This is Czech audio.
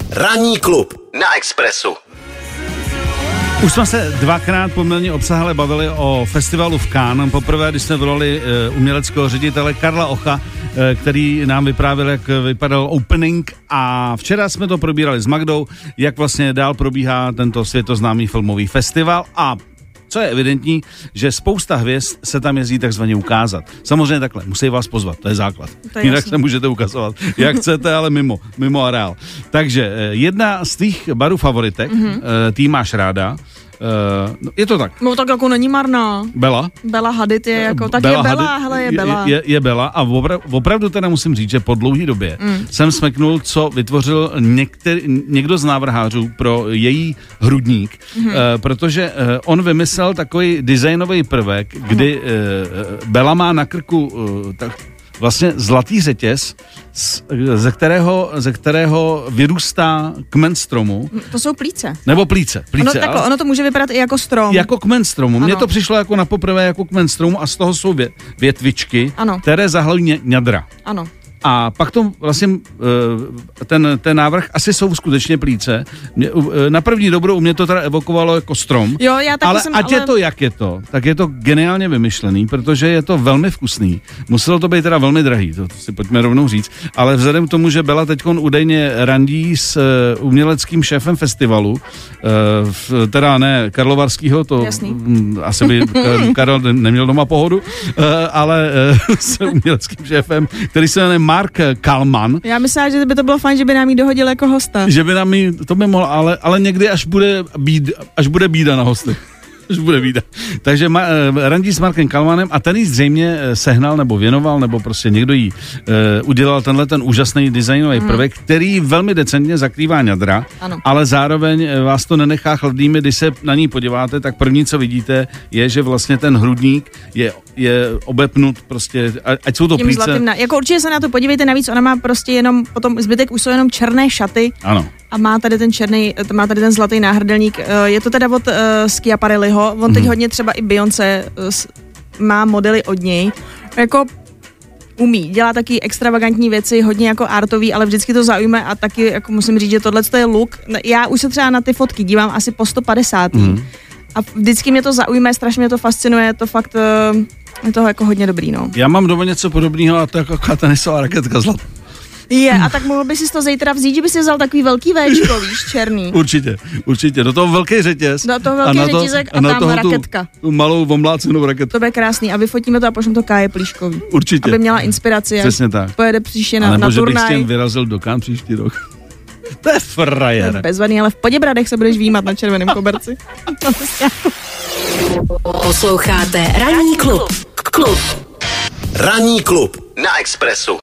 Ranní klub na Expressu. Už jsme se dvakrát poměrně obsáhle bavili o festivalu v Cannes. Poprvé, když jsme volali uměleckého ředitele Karla Ocha, který nám vyprávěl, jak vypadal opening, a včera jsme to probírali s Magdou, jak vlastně dál probíhá tento světoznámý filmový festival. A co je evidentní, že spousta hvězd se tam jezdí takzvaně ukázat. Samozřejmě takhle, musí vás pozvat, to je základ. Jinak se můžete ukazovat, jak chcete, ale mimo areál. Takže jedna z tvých barů favoritek, ty máš ráda, je to tak. No tak jako není marná. Bella Hadid je jako, tak Bella je Bella, Hadid, hele je Bella. Je Bella a opravdu teda musím říct, že po dlouhé době jsem smeknul, co vytvořil někdo z návrhářů pro její hrudník, protože on vymyslel takový designový prvek, kdy Bella má na krku vlastně zlatý řetěz, ze kterého vyrůstá kmen stromu. To jsou plíce. Nebo plíce. Ono to může vypadat i jako strom. Jako kmen stromu. Mně to přišlo jako na poprvé jako kmen stromu a z toho jsou větvičky, které zahlaví ňadra. Ano. A pak to vlastně ten návrh asi jsou skutečně plíce. Na první dobrou u mě to teda evokovalo jako strom. Jo, já taky ale je to, jak je to, tak je to geniálně vymyšlený, protože je to velmi vkusný. Muselo to být teda velmi drahý, to si pojďme rovnou říct, ale vzhledem k tomu, že Bella teďkon údajně randí s uměleckým šéfem festivalu, teda ne Karlovarskýho, to asi by Karel neměl doma pohodu, ale s uměleckým šéfem, který se jmenuje Mark Kalman. Já myslím, že by to bylo fajn, že by nám jí dohodil jako hosta. Že by nám jí, to by mohl, ale někdy až bude bída na hostech. Až bude bída. Takže randí s Markem Kalmanem a ten jí zřejmě sehnal nebo věnoval, nebo prostě někdo jí udělal ten úžasný designový prvek, který velmi decentně zakrývá ňadra, ale zároveň vás to nenechá chladnými. Když se na ní podíváte, tak první, co vidíte, je, že vlastně ten hrudník je obepnut prostě, ať jsou to plíce. Jako určitě se na to podívejte, navíc ona má prostě jenom, potom zbytek už jsou jenom černé šaty. Ano. A má tady ten zlatý náhrdelník. Je to teda od Schiaparelliho. On teď hodně třeba i Beyoncé má modely od něj. Jako umí, dělá taky extravagantní věci, hodně jako artový, ale vždycky to zaujme a taky jako musím říct, že tohle je look. Já už se třeba na ty fotky dívám asi po 150. A vždycky mě to zaujme, strašně mě to fascinuje, to fakt je toho jako hodně dobrý, no. Já mám doma něco podobného a to je jako tenisová raketka zlatá. A tak mohl by si to zítra vzít, že by si vzal takový velký véčko, víš, černý. Určitě. Do toho velký řetěz. Do toho velký řetízek a tam raketka. Tu malou omlácenou raketku. To bude krásný a vyfotíme to a pošlem to Káje Plíškový. Určitě. Aby měla inspiraci, přesně tak. Pojede příště na turnaj. Nebo že bych s tím vyrazil do Cannes příští rok. To je frajer. To je bezvadný, ale v Poděbradech se budeš výjímat na červeném koberci. Posloucháte Ranní klub. Ranní klub na Expressu.